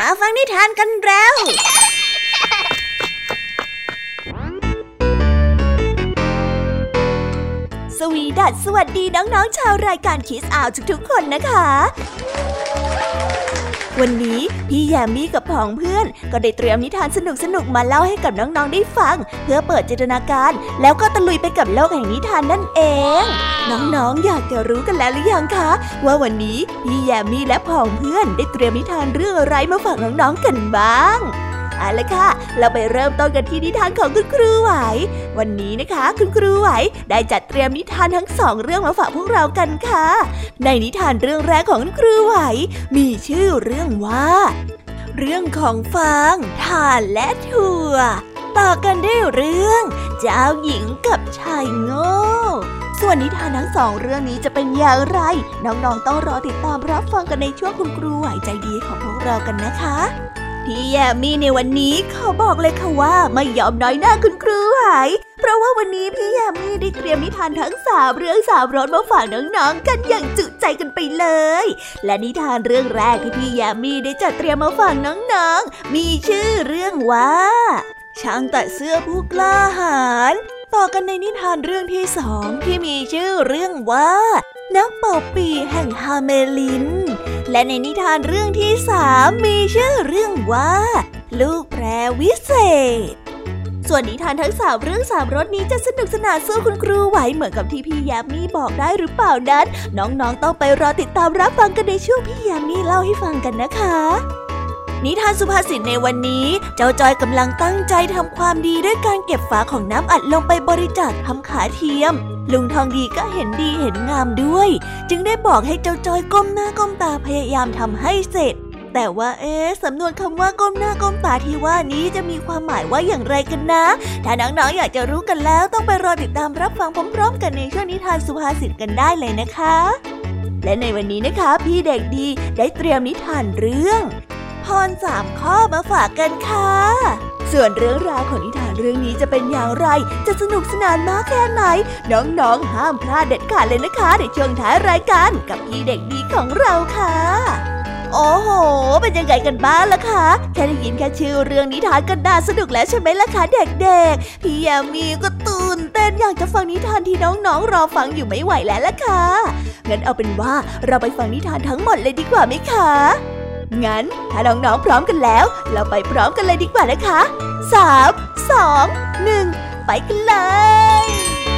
มาฟังนิทานกันแล้วสวัสดีน้องๆชาวรายการคิสอาวทุกๆคนนะคะวันนี้พี่แยมมี่กับผองเพื่อนก็ได้เตรียมนิทานสนุกๆมาเล่าให้กับน้องๆได้ฟังเพื่อเปิดจินตนาการแล้วก็ตะลุยไปกับโลกแห่งนิทานนั่นเองน้องๆอยากจะรู้กันแล้วหรือยังคะว่าวันนี้พี่แยมมี่และผองเพื่อนได้เตรียมนิทานเรื่องอะไรมาฝากน้องๆกันบ้างเอาล่ะค่ะเราไปเริ่มต้นกันที่นิทานของคุณครูไหววันนี้นะคะคุณครูไหวได้จัดเตรียมนิทานทั้ง2เรื่องมาฝากพวกเรากันค่ะในนิทานเรื่องแรกของคุณครูไหวมีชื่อเรื่องว่าเรื่องของฟางถ่านและถั่วต่อกันด้วยเรื่องเจ้าหญิงกับชายโง่ส่วนนิทานทั้ง2เรื่องนี้จะเป็นอย่างไรน้องๆต้องรอติดตามรับฟังกันในช่วงคุณครูไหวใจดีของพวกเรากันนะคะพี่แยมมี่ในวันนี้ขอบอกเลยค่ะว่าไม่ยอมน้อยหน้าคุณครูไหวเพราะว่าวันนี้พี่แยมมี่ได้เตรียมนิทานทั้ง3เรื่อง3รสมาฝากน้องๆกันอย่างจุใจกันไปเลยและนิทานเรื่องแรกที่พี่แยมมี่ได้จัดเตรียมมาฝากน้องๆมีชื่อเรื่องว่าช่างตัดเสื้อผู้กล้าหาญต่อกันในนิทานเรื่องที่2ที่มีชื่อเรื่องว่านักเป่าปีแห่งฮาเมลินและในนิทานเรื่องที่3มีชื่อเรื่องว่าลูกแพรวิเศษส่วนนิทานทั้ง3เรื่อง3รสนี้จะสนุกสนานสู้คุณครูไหวเหมือนกับที่พี่แยมมี่บอกได้หรือเปล่านั้นน้องๆต้องไปรอติดตามรับฟังกันในช่วงพี่แยมมี่เล่าให้ฟังกันนะคะนิทานสุภาษิตในวันนี้เจ้าจอยกำลังตั้งใจทำความดีด้วยการเก็บฝาของน้ำอัดลงไปบริจาคทำขาเทียมลุงทองดีก็เห็นดีเห็นงามด้วยจึงได้บอกให้เจ้าจอยก้มหน้าก้มตาพยายามทำให้เสร็จแต่ว่าสำนวนคำว่าก้มหน้าก้มตาที่ว่านี้จะมีความหมายว่าอย่างไรกันนะถ้าน้องๆอยากจะรู้กันแล้วต้องไปรอติดตามรับฟังพร้อมๆกันในช่วงนิทานสุภาษิตกันได้เลยนะคะและในวันนี้นะคะพี่เด็กดีได้เตรียมนิทานเรื่องพร3ข้อมาฝากกันค่ะส่วนเรื่องราวของนิทานเรื่องนี้จะเป็นอย่างไรจะสนุกสนานมากแค่ไหนน้องๆห้ามพลาดเด็ดขาดเลยนะคะในช่วงท้ายรายการกับพี่เด็กดีของเราค่ะโอ้โหเป็นยังไงกันบ้างล่ะคะแค่ได้ยินแค่ชื่อเรื่องนิทานก็น่าสนุกแล้วใช่ไหมล่ะคะเด็กๆพี่แยมมี่ก็ตื่นเต้นอยากจะฟังนิทานที่น้องๆรอฟังอยู่ไม่ไหวแล้วล่ะค่ะงั้นเอาเป็นว่าเราไปฟังนิทานทั้งหมดเลยดีกว่าไหมคะงั้นถ้าน้องๆพร้อมกันแล้วเราไปพร้อมกันเลยดีกว่านะคะ3 2 1ไปกันเลย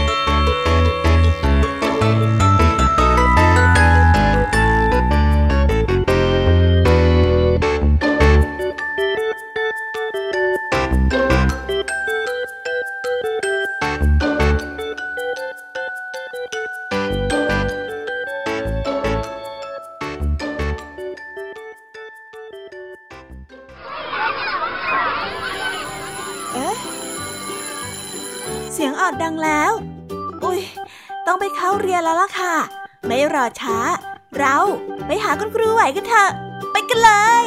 เสียงออดดังแล้วอุ๊ยต้องไปเข้าเรียนแล้วล่ะค่ะไม่รอช้าเราไปหาคุณครูไหวกันเถอะไปกันเลย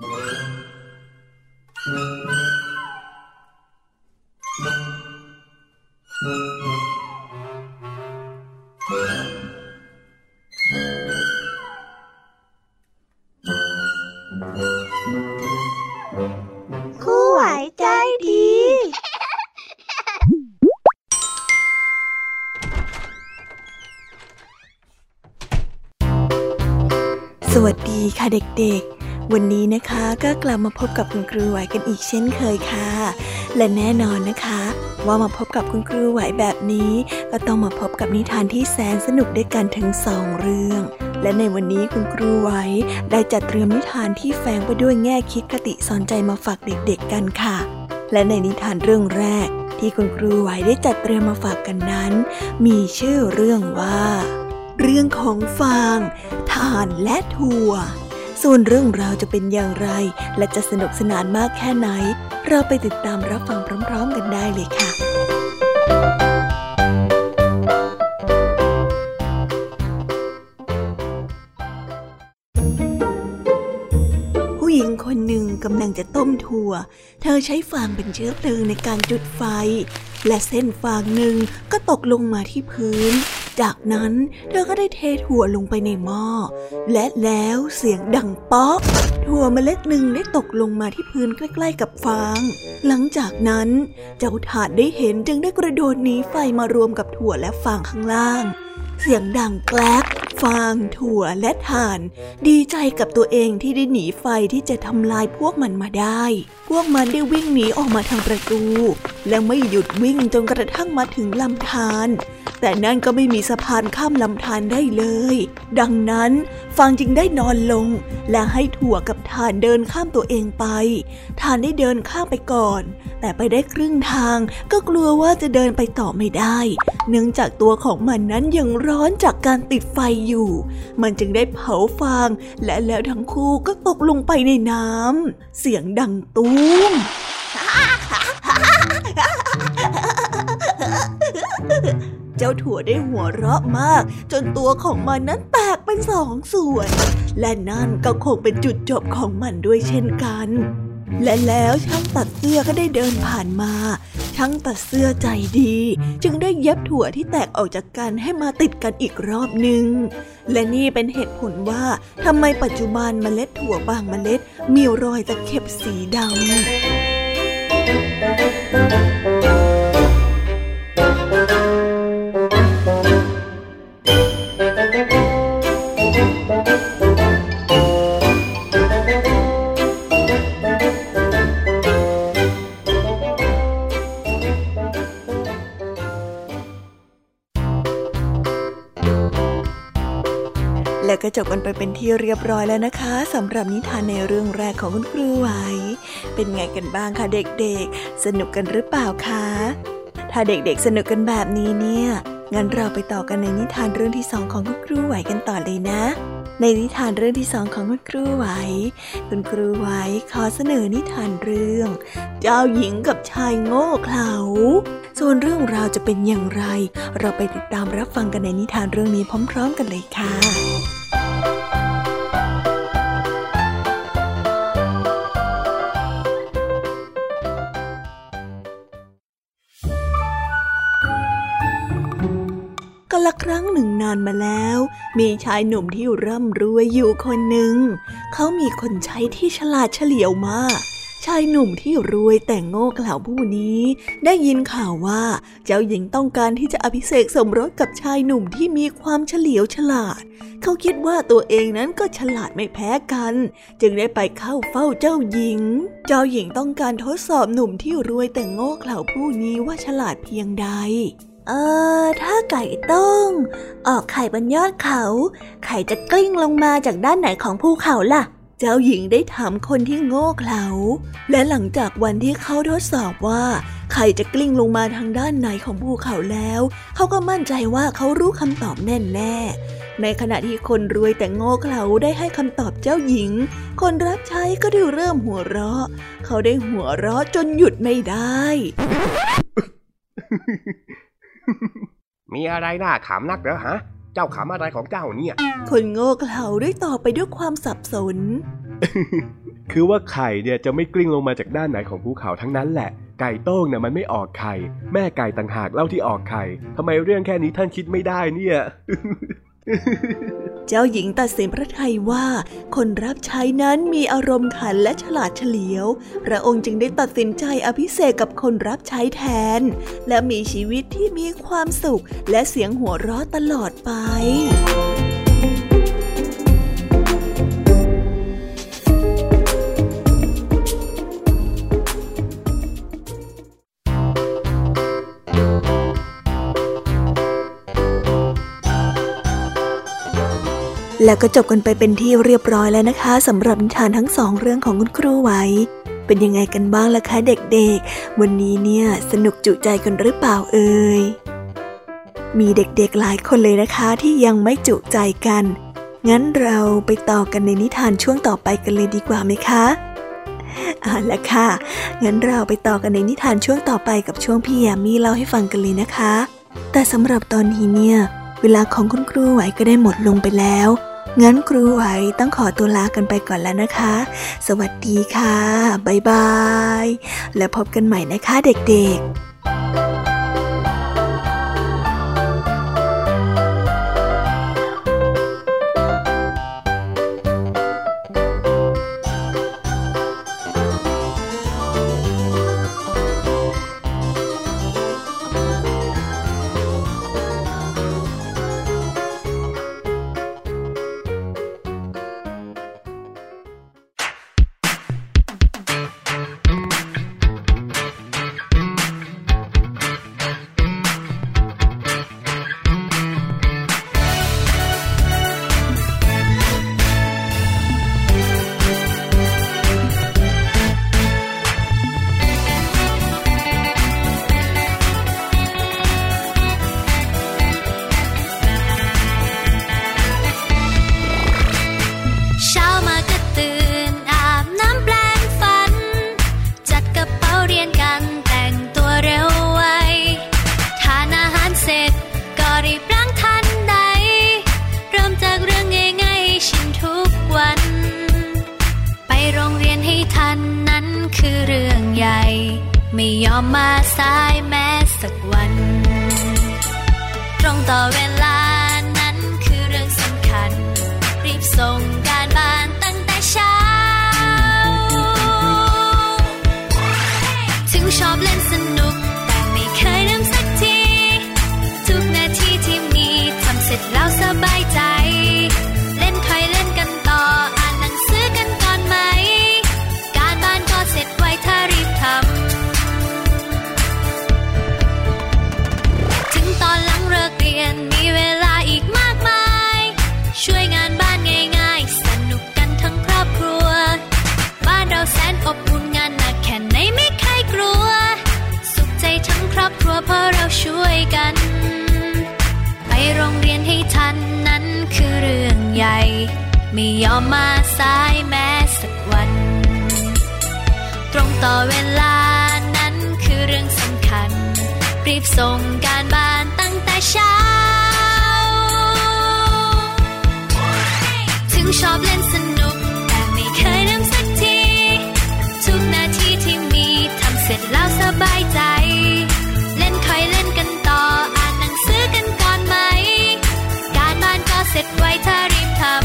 ครูไหวใจดีสวัสดีค่ะเด็กๆวันนี้นะคะก็กลับมาพบกับคุณครูไหวกันอีกเช่นเคยค่ะและแน่นอนนะคะว่ามาพบกับคุณครูไหวแบบนี้ก็ต้องมาพบกับนิทานที่แสนสนุกด้วยกันทั้ง2เรื่องและในวันนี้คุณครูไหวได้จัดเตรียมนิทานที่แฝงไปด้วยแง่คิดคติสอนใจมาฝากเด็กๆกันค่ะและในนิทานเรื่องแรกที่คุณครูไหวได้จัดเตรียมมาฝากกันนั้นมีชื่อเรื่องว่าเรื่องของฟางถ่านและถั่วส่วนเรื่องราวจะเป็นอย่างไรและจะสนุกสนานมากแค่ไหนเราไปติดตามรับฟังพร้อมๆกันได้เลยค่ะผู้หญิงคนหนึ่งกำลังจะต้มถั่วเธอใช้ฟางเป็นเชื้อเพลิงในการจุดไฟและเส้นฟางหนึ่งก็ตกลงมาที่พื้นจากนั้นเธอก็ได้เทถั่วลงไปในหม้อและแล้วเสียงดังป๊อกถั่วเมล็ดหนึ่งได้ตกลงมาที่พื้นใกล้ๆกับฟางหลังจากนั้นเจ้าทาสได้เห็นจึงได้กระโดดหนีไฟมารวมกับถั่วและฟางข้างล่างเสียงดังแกลกฟางถั่วและถ่านดีใจกับตัวเองที่ได้หนีไฟที่จะทำลายพวกมันมาได้พวกมันได้วิ่งหนีออกมาทางประตูและไม่หยุดวิ่งจนกระทั่งมาถึงลำธารแต่นั่นก็ไม่มีสะพานข้ามลำธารได้เลยดังนั้นฟางจึงได้นอนลงและให้ถั่วกับถ่านเดินข้ามตัวเองไปถ่านได้เดินข้ามไปก่อนแต่ไปได้ครึ่งทางก็กลัวว่าจะเดินไปต่อไม่ได้เนื่องจากตัวของมันนั้นยังร้อนจากการติดไฟอยู่มันจึงได้เผาฟางและแล้วทั้งคู่ก็ตกลงไปในน้ำเสียงดังตูมเจ้าถั่วได้หัวเราะมากจนตัวของมันนั้นแตกเป็นสองส่วนและนั่นก็คงเป็นจุดจบของมันด้วยเช่นกันและแล้วช่างตัดเสื้อก็ได้เดินผ่านมาช่างตัดเสื้อใจดีจึงได้เย็บถั่วที่แตกออกจากกันให้มาติดกันอีกรอบหนึ่งและนี่เป็นเหตุผลว่าทำไมปัจจุบันเมล็ดถั่วบางเมล็ดมีรอยตะเข็บสีดำและก็จบกันไปเป็นที่เรียบร้อยแล้วนะคะสำหรับนิทานในเรื่องแรกของคุณครูไหวเป็นไงกันบ้างคะเด็กๆสนุกกันหรือเปล่าคะถ้าเด็กๆสนุกกันแบบนี้เนี่ยงั้นเราไปต่อกันในนิทานเรื่องที่2ของคุณครูไหวกันต่อเลยนะในนิทานเรื่องที่2ของคุณครูไหวคุณครูไหวขอเสนอนิทานเรื่องเจ้าหญิงกับชายโง่เขลาส่วนเรื่องราวจะเป็นอย่างไรเราไปติดตามรับฟังกันในนิทานเรื่องนี้พร้อมๆกันเลยค่ะกาลครั้งหนึ่งนานมาแล้วมีชายหนุ่มที่ร่ำรวยอยู่คนหนึ่งเขามีคนใช้ที่ฉลาดเฉลียวมากชายหนุ่มที่รวยแต่โง่เขลาผู้นี้ได้ยินข่าวว่าเจ้าหญิงต้องการที่จะอภิเษกสมรสกับชายหนุ่มที่มีความเฉลียวฉลาดเขาคิดว่าตัวเองนั้นก็ฉลาดไม่แพ้กันจึงได้ไปเข้าเฝ้าเจ้าหญิงต้องการทดสอบหนุ่มที่รวยแต่โง่เขลาผู้นี้ว่าฉลาดเพียงใดถ้าไก่ต้มออกไข่บนยอดเขาไข่จะกลิ้งลงมาจากด้านไหนของภูเขาล่ะเจ้าหญิงได้ถามคนที่โง่เขลาและหลังจากวันที่เขาทดสอบว่าไข่จะกลิ้งลงมาทางด้านไหนของภูเขาแล้วเขาก็มั่นใจว่าเขารู้คำตอบแน่ๆในขณะที่คนรวยแต่โง่เขลาได้ให้คำตอบเจ้าหญิงคนรับใช้ก็ได้เริ่มหัวเราะเขาได้หัวเราะจนหยุดไม่ได้มีอะไรน่าขำนักเหรอฮะเจ้าขำอะไรของเจ้าเนี่ยคนโง่เขลาได้ตอบไปด้วยความสับสนคือว่าไข่เนี่ยจะไม่กลิ้งลงมาจากด้านไหนของภูเขาทั้งนั้นแหละไก่โต้งเนี่ยมันไม่ออกไข่แม่ไก่ต่างหากเล่าที่ออกไข่ทำไมเรื่องแค่นี้ท่านคิดไม่ได้เนี่ยเจ้าหญิงตัดสินพระทัยว่าคนรับใช้นั้นมีอารมณ์ขันและฉลาดเฉลียวพระองค์จึงได้ตัดสินใจอภิเษกกับคนรับใช้แทนและมีชีวิตที่มีความสุขและเสียงหัวเราะตลอดไปแล้วก็จบกันไปเป็นที่เรียบร้อยแล้วนะคะสำหรับนิทานทั้ง2เรื่องของคุณครูไหวเป็นยังไงกันบ้างล่ะคะเด็กๆวันนี้เนี่ยสนุกจุใจกันหรือเปล่าเอ่ยมีเด็กๆหลายคนเลยนะคะที่ยังไม่จุใจกันงั้นเราไปต่อกันในนิทานช่วงต่อไปกันเลยดีกว่าไหมคะเอาล่ะค่ะงั้นเราไปต่อกันในนิทานช่วงต่อไปกับช่วงพี่แยมมี่เล่าให้ฟังกันเลยนะคะแต่สำหรับตอนนี้เนี่ยเวลาของคุณครูไหวก็ได้หมดลงไปแล้วงั้นครูไหวต้องขอตัวลากันไปก่อนแล้วนะคะสวัสดีค่ะบ๊ายบายแล้วพบกันใหม่นะคะเด็กๆโรงเรียนให้ทันนั้นคือเรื่องใหญ่ไม่ยอมมาสายแม้สักวันตรงต่อเวลานั้นคือเรื่องสำคัญรีบส่งการบ้านตั้งแต่เช้าถึงชอบเล่นสนุกแต่ไม่เคยลืมสักทีทุกนาทีที่มีทำเสร็จแล้วสบายใจเล่นค่อยเล่นกันต่ออ่านหนังสือกันก่อนไหมการบ้านก็เสร็จไวถ้ารีบทำถึงตอนหลังเลิกเรียนมีเวลาอีกมากมายช่วยงานบ้านง่ายๆสนุกกันทั้งครอบครัวบ้านเราแสนอบอุ่นงานหนักแค่ไหนไม่เคยกลัวสุขใจทั้งครอบครัวเพราะเราช่วยกันไปโรงเรียนให้ทันนั้นคือเรื่องใหญ่ไม่ยอมมาสายแม้สักวันตรงต่อเวลานั้นคือเรื่องสำคัญรีบส่งการบ้านตั้งแต่เช้าถึงชอบเล่นสนุกแต่ไม่เคยลืมสักทีทุกนาทีที่มีทำเสร็จแล้วสบายใจเล่นค่อยเล่นกันต่ออ่านหนังสือกันก่อนไหมการบ้านก็เสร็จไวถ้ารีบทำ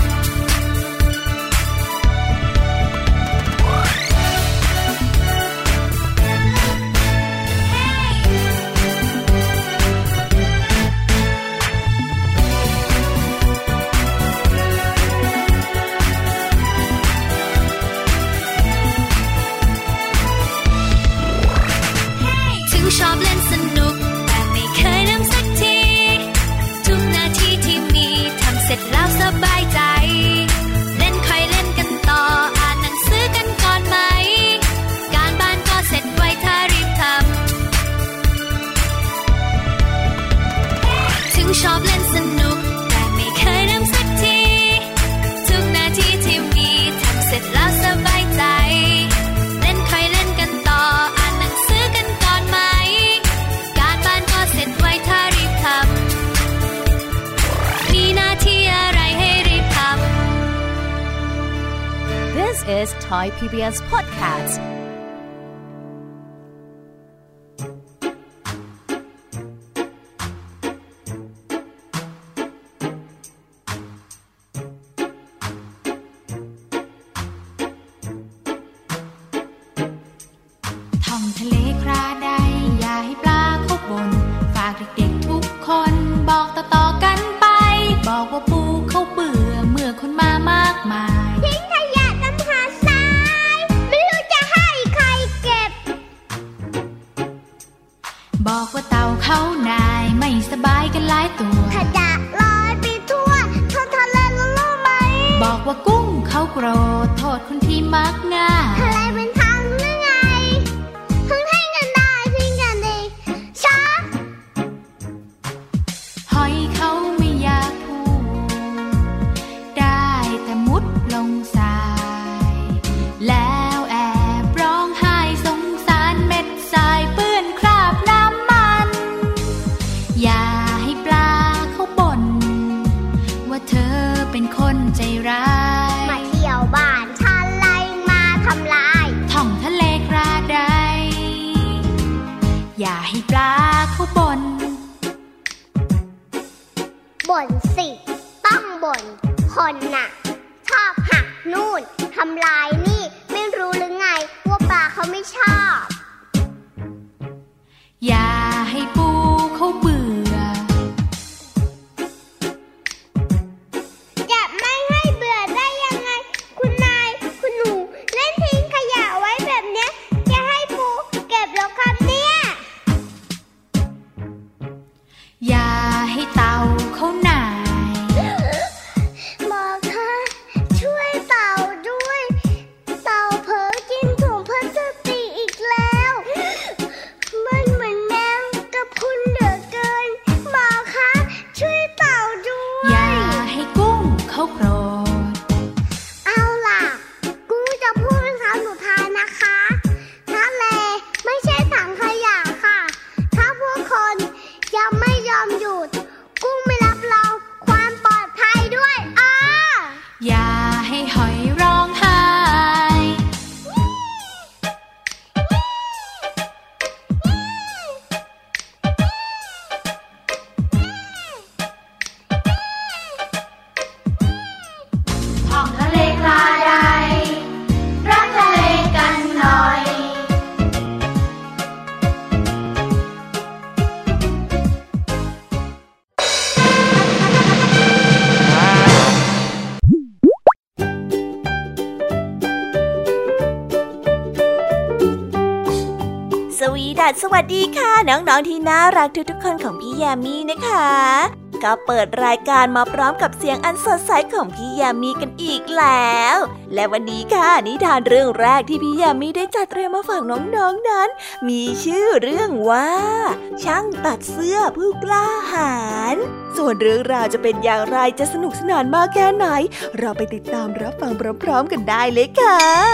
ชอบเล่นสนุกแต่ไม่เคยลืมสักทีทุกนาทีที่มีทำเสร็จแล้วสบายใจเล่นค่อยเล่นกันต่ออ่านหนังสือกันก่อนไหมการบ้านก็เสร็จไวถ้ารีบทำถึงชอบเล่นสนุกแต่ไม่เคยลืมสักทีทุกนาทีที่มีทำเสร็จแล้วสบายใจเล่นค่อยเล่นกันต่ออ่านหนังสือกันก่อนไหมการบ้านก็เสร็จไวถ้ารีบทำมีหน้าที่อะไรให้รีบทำ This is Thai PBS Podcast ท่องทะเลคราใดอย่าให้ปลาเข้าบนฝากเด็กๆทุกคนบอกต่อๆกันไปบอกว่าปูเขาเบื่อเมื่อคนมามากมายทิ้งขยะน้ำหาทรายไม่รู้จะให้ใครเก็บบอกว่าเต่าเขานายไม่สบายกันหลายตัวขยะลอยไปทั่วท้องทะเลรู้ไหมบอกว่ากุ้งเขาโกรธโทษคนที่มักง่ายอะไรเป็นทางหรือไงเพิ่งให้กันได้ทิ้งกันดีช้าหอยเขาไม่อยากพูดได้แต่มุดลงทรายแล้วแอบร้องไห้สงสารเม็ดทรายเปื้อนคราบน้ำมันอย่าให้ปลาเขาบ่นว่าเธอเป็นคนใจร้ายมาเที่ยวบ้านฉันไล่มาทำลายท่องทะเลคราใดอย่าให้ปลาเขาบ่นบ่นสิต้องบ่นคนน่ะชอบหักนู่นทำลายนี่ไม่รู้หรือไงว่าปลาเขาไม่ชอบอย่าให้ปูเขาเบื่อจะไม่ให้เบื่อได้ยังไงคุณนายคุณหนูเล่นทิ้งขยะไว้แบบเนี้ยจะให้ปูเก็บหรอครับเนี่ยอย่าให้เต่าเขาหน่ายบอกค่ะช่วยเต่าด้วยวีดัสสวัสดีค่ะน้องๆที่น่ารักทุกๆคนของพี่ยามีนะคะก็เปิดรายการมาพร้อมกับเสียงอันสดใสของพี่ยามีกันอีกแล้วและวันนี้ค่ะนิทานเรื่องแรกที่พี่ยามีได้จัดเตรียมมาฝากน้องๆนั้นมีชื่อเรื่องว่าช่างตัดเสื้อผู้กล้าหาญส่วนเรื่องราวจะเป็นอย่างไรจะสนุกสนานมากแค่ไหนเราไปติดตามรับฟังพร้อมๆกันได้เลยค่ะ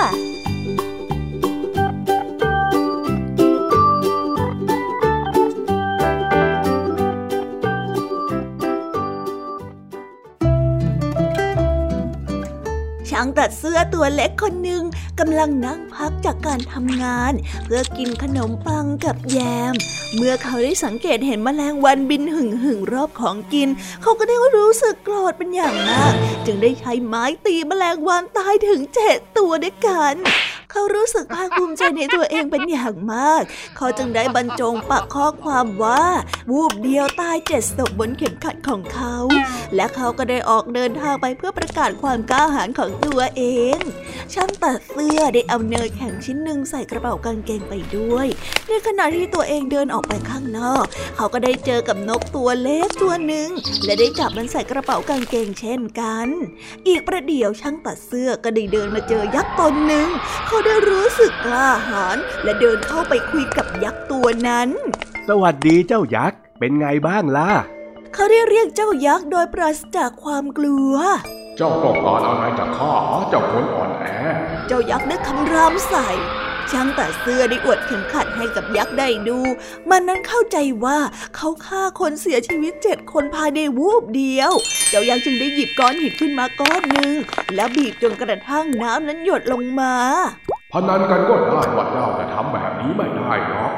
ช่างตัดเสื้อตัวเล็กคนหนึ่งกำลังนั่งพักจากการทำงานเพื่อกินขนมปังกับแยมเมื่อเขาได้สังเกตเห็นแมลงวันบินหึ่งรอบของกินเขาก็ได้รู้สึกโกรธเป็นอย่างมากจึงได้ใช้ไม้ตีแมลงวันตายถึง7 ตัวด้วยกันเขารู้สึกภาคภูมิใจในตัวเองเป็นอย่างมากเขาจึงได้บรรจงปักข้อความว่าวูบเดียวตาย7 ศพบนเข็มขัดของเขาและเขาก็ได้ออกเดินทางไปเพื่อประกาศความกล้าหาญของตัวเองช่างตัดเสื้อได้เอาเนยแข็งชิ้นหนึ่งใส่กระเป๋ากางเกงไปด้วยในขณะที่ตัวเองเดินออกไปข้างนอกเขาก็ได้เจอกับนกตัวเล็กตัวหนึ่งและได้จับมันใส่กระเป๋ากางเกงเช่นกันอีกประเดี๋ยวช่างตัดเสื้อก็ได้เดินมาเจอยักษ์ตนหนึ่งเขาได้รู้สึกกล้าหาญและเดินเข้าไปคุยกับยักษ์ตัวนั้นสวัสดีเจ้ายักษ์เป็นไงบ้างล่ะเขาได้เรียกเจ้ายักษ์โดยปราศจากความกลัวเจ้าต้องการอะไรจากข้าเจ้าคนอ่อนแอเจ้ายักษ์ได้คำรามใส่ช่างตัดเสื้อได้อวดเข็มขัดให้กับยักษ์ได้ดูมันนั้นเข้าใจว่าเขาฆ่าคนเสียชีวิต7 คนภายในวูบเดียวเจ้ายักษ์จึงได้หยิบก้อนหินขึ้นมาก้อนหนึ่งแล้วบีบจนกระทั่งน้ำนั้นหยดลงมาพนันกันก็ได้ว่าเจ้าจะทำแบบนี้ไม่ได้หรอก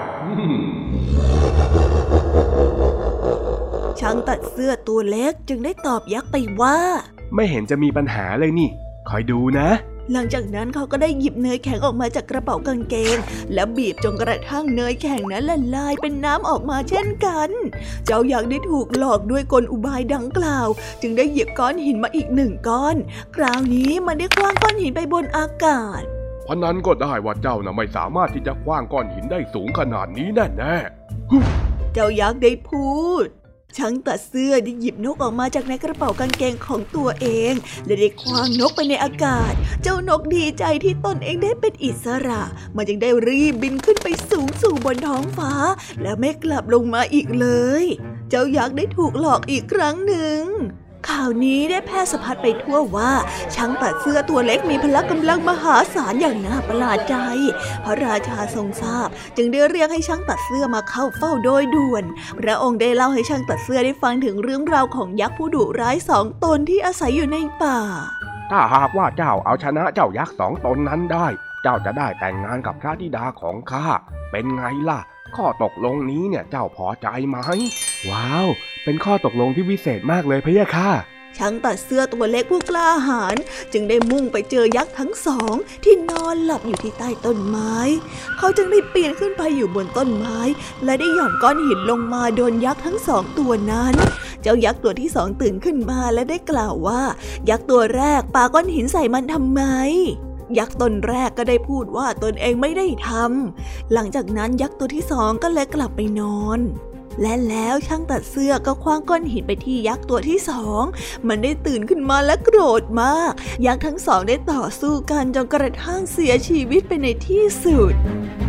ช่างตัดเสื้อตัวเล็กจึงได้ตอบยักษ์ไปว่าไม่เห็นจะมีปัญหาเลยนี่คอยดูนะหลังจากนั้นเขาก็ได้หยิบเนยแข็งออกมาจากกระเป๋ากางเกงแล้วบีบจนกระทั่งเนยแข็งนั้นละลายเป็นน้ำออกมาเช่นกันเจ้ายักษ์ได้ถูกหลอกด้วยกลอุบายดังกล่าวจึงได้หยิบก้อนหินมาอีก1 ก้อนคราวนี้มันได้ขว้างก้อนหินไปบนอากาศพนันก็ได้ว่าเจ้าน่ะไม่สามารถที่จะขว้างก้อนหินได้สูงขนาดนี้แน่ๆเจ้ายักษ์ได้พูดช่างตัดเสื้อได้หยิบนกออกมาจากในกระเป๋ากางเกงของตัวเองและได้ขว้างนกไปในอากาศเจ้านกดีใจที่ตนเองได้เป็นอิสระมันจึงได้รีบบินขึ้นไปสูงสู่บนท้องฟ้าและไม่กลับลงมาอีกเลยเจ้ายักษ์ได้ถูกหลอกอีกครั้งหนึ่งข่าวนี้ได้แพร่สะพัดไปทั่วว่าช่างตัดเสื้อตัวเล็กมีพละกำลังมหาศาลอย่างน่าประหลาดใจพระราชาทรงทราบจึงได้เรียกให้ช่างตัดเสื้อมาเข้าเฝ้าโดยด่วนพระองค์ได้เล่าให้ช่างตัดเสื้อได้ฟังถึงเรื่องราวของยักษ์ผู้ดุร้าย2 ตนที่อาศัยอยู่ในป่าถ้าหากว่าเจ้าเอาชนะเจ้ายักษ์2 ตนนั้นได้เจ้าจะได้แต่งงานกับพระธิดาของข้าเป็นไงล่ะข้อตกลงนี้เนี่ยเจ้าพอใจไหมว้าวเป็นข้อตกลงที่วิเศษมากเลยพะยะค่ะช่างตัดเสื้อตัวเล็กผู้กล้าหาญจึงได้มุ่งไปเจอยักษ์ทั้ง2ที่นอนหลับอยู่ที่ใต้ต้นไม้เขาจึงได้ปีนขึ้นไปอยู่บนต้นไม้และได้หย่อนก้อนหินลงมาโดนยักษ์ทั้ง2 ตัวนั้นเจ้ายักษ์ตัวที่2ตื่นขึ้นมาและได้กล่าวว่ายักษ์ตัวแรกปาก้อนหินใส่มันทำไมยักษ์ตนแรกก็ได้พูดว่าตนเองไม่ได้ทำหลังจากนั้นยักษ์ตัวที่2ก็เลยกลับไปนอนและแล้วช่างตัดเสื้อก็ขว้างก้อนหินไปที่ยักษ์ตัวที่2มันได้ตื่นขึ้นมาและโกรธมากยักษ์ทั้ง2ได้ต่อสู้กันจนกระทั่งเสียชีวิตไปในที่สุด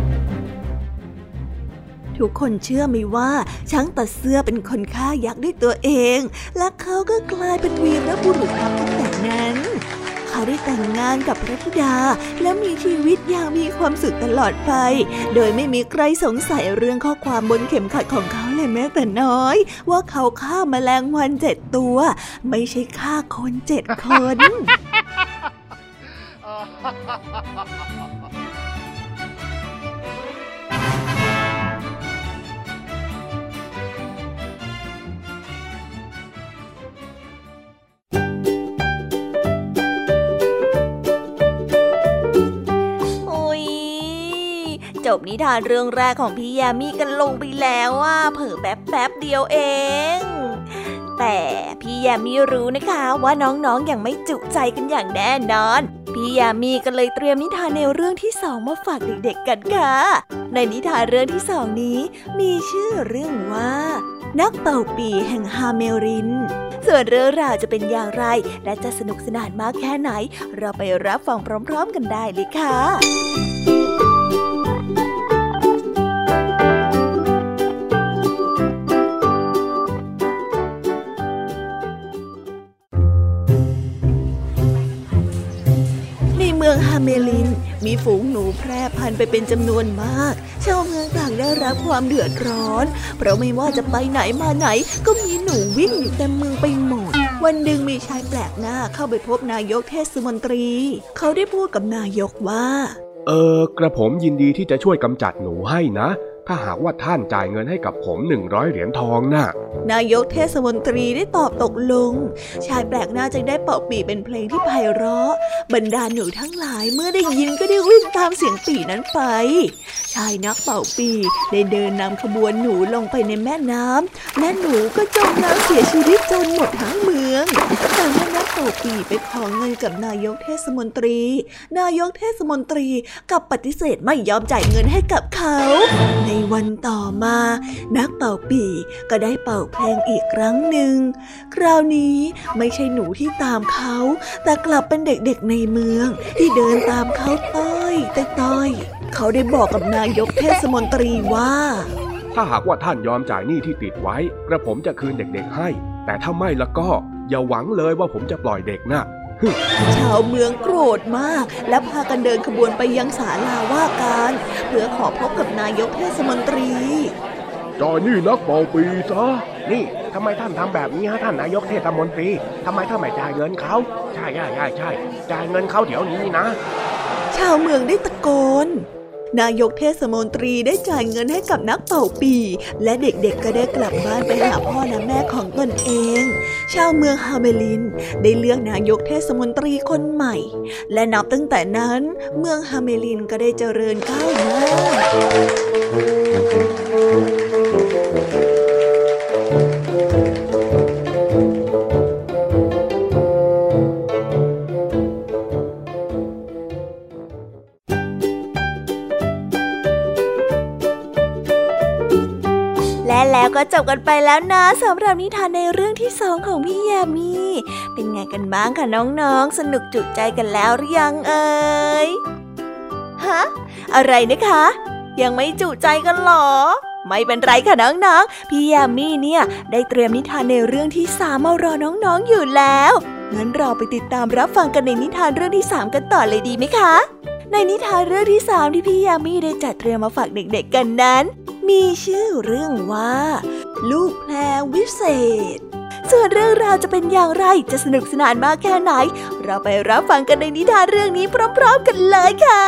ทุกคนเชื่อไหมว่าช่างตัดเสื้อเป็นคนฆ่ายักษ์ด้วยตัวเองและเขาก็กลายเป็นวีรบุรุษนับตั้งแต่นั้นเขาได้แต่งงานกับพระธิดาและมีชีวิตอย่างมีความสุขตลอดไปโดยไม่มีใครสงสัยเรื่องข้อความบนเข็มขัดของเขาเลยแม้แต่น้อยว่าเขาฆ่าแมลงวัน7 ตัวไม่ใช่ฆ่าคน7 คน จบนิทานเรื่องแรกของพี่ยามีกันลงไปแล้วเผลอแป๊บเดียวเองแต่พี่ยามีรู้นะคะว่าน้องๆยังไม่จุใจกันอย่างแน่นอนพี่พี่ยามีก็เลยเตรียมนิทานแนวเรื่องที่สองมาฝากเด็กๆกันค่ะในนิทานเรื่องที่สองนี้มีชื่อเรื่องว่านักเป่าปีแห่งฮาเมรินส่วนเรื่องราวจะเป็นอย่างไรและจะสนุกสนานมากแค่ไหนเราไปรับฟังพร้อมๆกันได้เลยค่ะเมืองฮาเมลินมีฝูงหนูแพร่พันธุ์ไปเป็นจำนวนมากชาวเมืองต่างได้รับความเดือดร้อนเพราะไม่ว่าจะไปไหนมาไหนก็มีหนูวิ่งอยู่เต็มเมืองไปหมดวันหนึ่งมีชายแปลกหน้าเข้าไปพบนายกเทศมนตรีเขาได้พูดกับนายกว่ากระผมยินดีที่จะช่วยกำจัดหนูให้นะถ้าหากว่าท่านจ่ายเงินให้กับผม100 เหรียญทองน่ะนายกเทศมนตรีได้ตอบตกลงชายแปลกหน้าจึงได้เป่าปี่เป็นเพลงที่ไพเราะบรรดาหนูทั้งหลายเมื่อได้ยินก็ได้วิ่งตามเสียงปี่นั้นไปชายนักเป่าปี่ได้เดินนำขบวนหนูลงไปในแม่น้ำและหนูก็จมน้ำเสียชีวิตจนหมดทั้งเมืองแต่เมื่อนักเป่าปี่ไปขอเงินกับนายกเทศมนตรีนายกเทศมนตรีกลับปฏิเสธไม่ยอมจ่ายเงินให้กับเขาในวันต่อมานักเป่าปี่ก็ได้เป่าเพลงอีกครั้งหนึ่งคราวนี้ไม่ใช่หนูที่ตามเขาแต่กลับเป็นเด็กๆในเมืองที่เดินตามเขาต้อยเขาได้บอกกับนายกเทศมนตรีว่าถ้าหากว่าท่านยอมจ่ายหนี้ที่ติดไว้กระผมจะคืนเด็กๆให้แต่ถ้าไม่แล้วก็อย่าหวังเลยว่าผมจะปล่อยเด็กนะชาวเมืองโกรธมากและพากันเดินขบวนไปยังศาลาว่าการเพื่อขอพบกับนายกเทศมนตรีจ่ายหนี้นักเป่าปีซะนี่ทำไมท่านทำแบบนี้ฮะท่านนายกเทศมนตรีทำไมท่านไม่จ่ายเงินเขาใช่จ่ายเงินเขาเดี๋ยวนี้นะชาวเมืองได้ตะโกนนายกเทศมนตรีได้จ่ายเงินให้กับนักเป่าปีและเด็กๆก็ได้กลับบ้านไปหาพ่อและแม่ของตนเองชาวเมืองฮาเมลินได้เลือกนายกเทศมนตรีคนใหม่และนับตั้งแต่นั้นเมืองฮาเมลินก็ได้เจริญก้าวหน้าแล้วก็จบกันไปแล้วนะสำหรับนิทานในเรื่องที่2ของพี่ยามีเป็นไงกันบ้างคะน้องๆสนุกจุใจกันแล้วหรือยังเอ่ยฮะอะไรนะคะยังไม่จุใจกันหรอไม่เป็นไรค่ะน้องๆพี่ยามีเนี่ยได้เตรียมนิทานในเรื่องที่3มารอน้องๆอยู่แล้วงั้นเราไปติดตามรับฟังกันในนิทานเรื่องที่3กันต่อเลยดีไหมคะในนิทานเรื่องที่3ที่พี่ยามีได้จัดเตรียมมาฝากเด็กๆกันนั้นมีชื่อเรื่องว่าลูกแพรวิเศษส่วนเรื่องราวจะเป็นอย่างไรจะสนุกสนานมากแค่ไหนเราไปรับฟังกันในนิทานเรื่องนี้พร้อมๆกันเลยค่ะ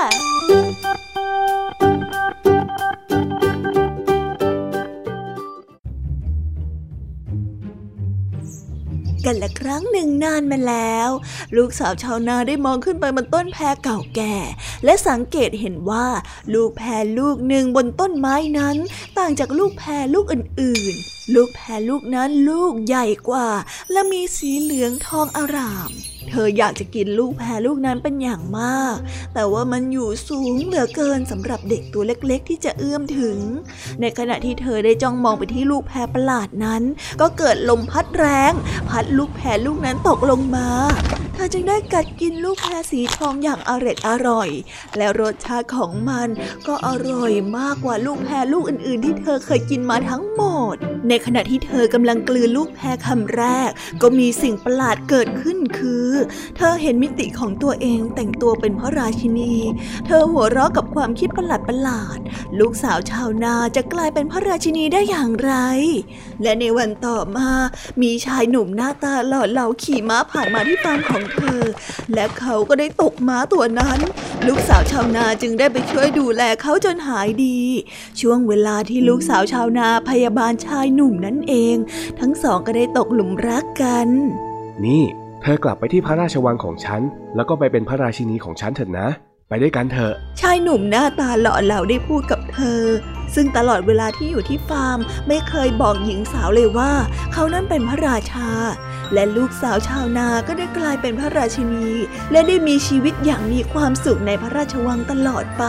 กันละครั้งหนึ่งนานมาแล้วลูกสาวชาวนาได้มองขึ้นไปบนต้นแพรเก่าแก่และสังเกตเห็นว่าลูกแพรลูกหนึ่งบนต้นไม้นั้นต่างจากลูกแพรลูกอื่นๆลูกแพรลูกนั้นลูกใหญ่กว่าและมีสีเหลืองทองอร่ามเธออยากจะกินลูกแพรลูกนั้นเป็นอย่างมากแต่ว่ามันอยู่สูงเหลือเกินสำหรับเด็กตัวเล็กๆที่จะเอื้อมถึงในขณะที่เธอได้จ้องมองไปที่ลูกแพรประหลาดนั้นก็เกิดลมพัดแรงพัดลูกแพรลูกนั้นตกลงมาเธอจึงได้กัดกินลูกแพรสีทองอย่างอร่อยและรสชาติของมันก็อร่อยมากกว่าลูกแพรลูกอื่นๆที่เธอเคยกินมาทั้งหมดในขณะที่เธอกำลังกลืนลูกแพรคำแรกก็มีสิ่งประหลาดเกิดขึ้นคือเธอเห็นมิติของตัวเองแต่งตัวเป็นพระราชินีเธอหัวเราะกับความคิดประหลาดลูกสาวชาวนาจะกลายเป็นพระราชินีได้อย่างไรและในวันต่อมามีชายหนุ่มหน้าตาหล่อเหลาขี่ม้าผ่านมาที่ฟาร์มของเธอและเขาก็ได้ตกม้าตัวนั้นลูกสาวชาวนาจึงได้ไปช่วยดูแลเขาจนหายดีช่วงเวลาที่ลูกสาวชาวนาพยาบาลชายหนุ่มนั่นเองทั้งสองก็ได้ตกหลุมรักกันนี่เธอกลับไปที่พระราชวังของฉันแล้วก็ไปเป็นพระราชินีของฉันเถอะนะไปด้วยกันเถอะชายหนุ่มหน้าตาหล่อเหลาได้พูดกับเธอซึ่งตลอดเวลาที่อยู่ที่ฟาร์มไม่เคยบอกหญิงสาวเลยว่าเขานั้นเป็นพระราชาและลูกสาวชาวนาก็ได้กลายเป็นพระราชินีและได้มีชีวิตอย่างมีความสุขในพระราชวังตลอดไป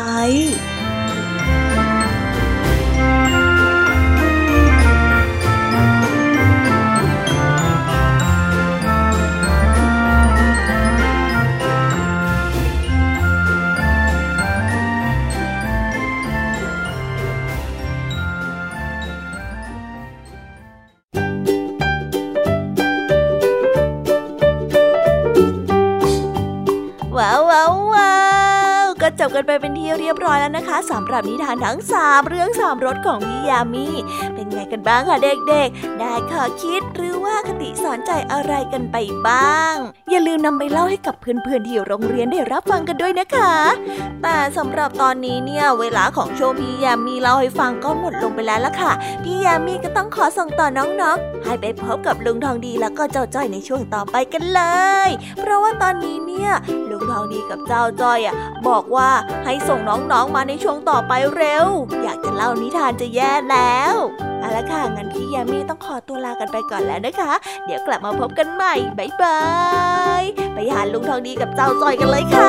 จบกันไปเป็นที่เรียบร้อยแล้วนะคะสำหรับนิทานทั้ง3เรื่อง3รสของพี่ยามีเป็นไงกันบ้างคะเด็กๆได้ข้อคิดหรือว่าคติสอนใจอะไรกันไปบ้างอย่าลืมนำไปเล่าให้กับเพื่อนๆที่โรงเรียนได้รับฟังกันด้วยนะคะแต่สำหรับตอนนี้เนี่ยเวลาของโชว์พี่ยามีเล่าให้ฟังก็หมดลงไปแล้วล่ะค่ะพี่ยามีก็ต้องขอส่งต่อน้องๆให้ไปพบกับลุงทองดีแล้วก็เจ้าจ้อยในช่วงต่อไปกันเลยเพราะว่าตอนนี้เนี่ยลุงทองดีกับเจ้าจ้อยบอกว่าให้ส่งน้องๆมาในช่วงต่อไปเร็วอยากจะเล่านิทานจะแย่แล้วเอาละค่ะงั้นพี่ยามีต้องขอตัวลากันไปก่อนแล้วนะคะเดี๋ยวกลับมาพบกันใหม่บ๊ายบายไปหาลุงทองดีกับเจ้าจ้อยกันเลยค่ะ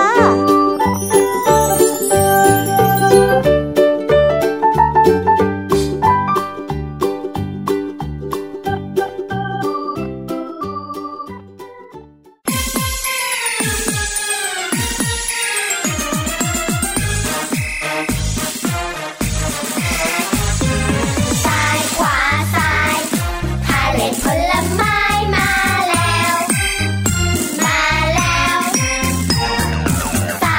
ซ้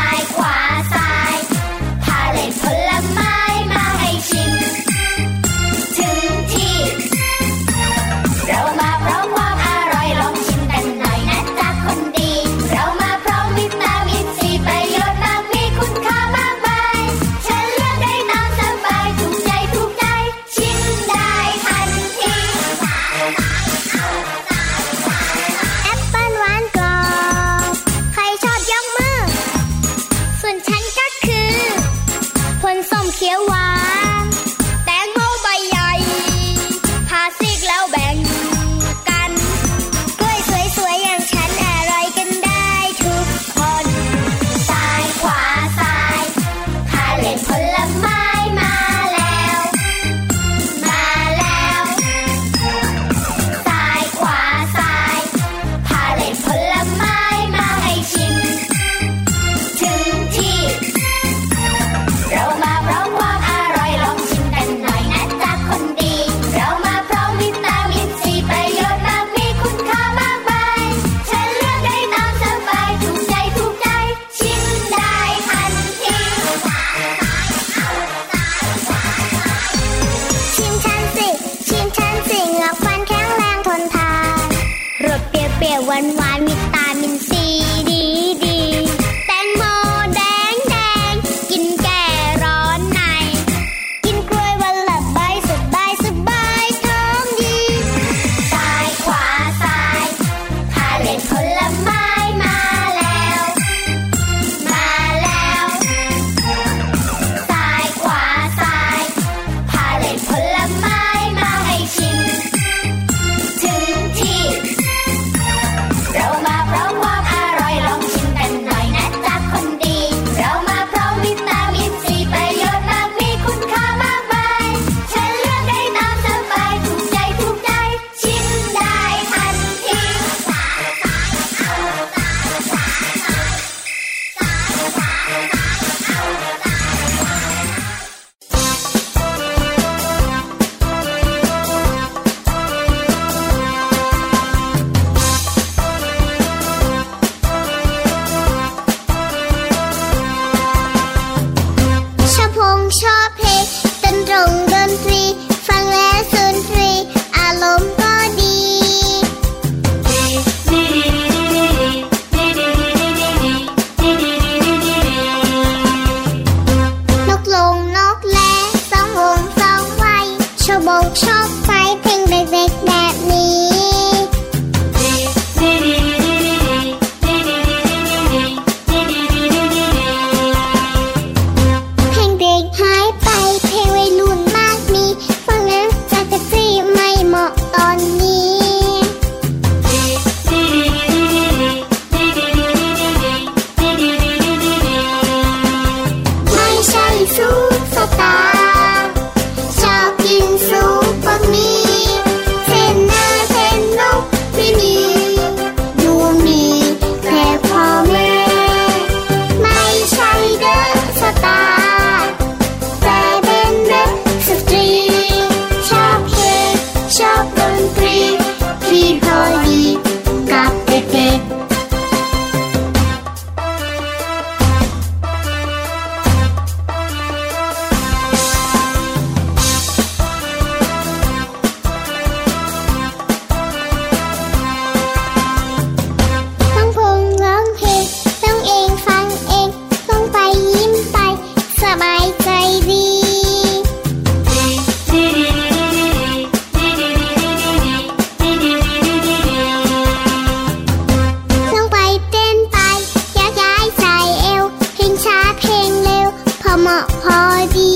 ะพอดี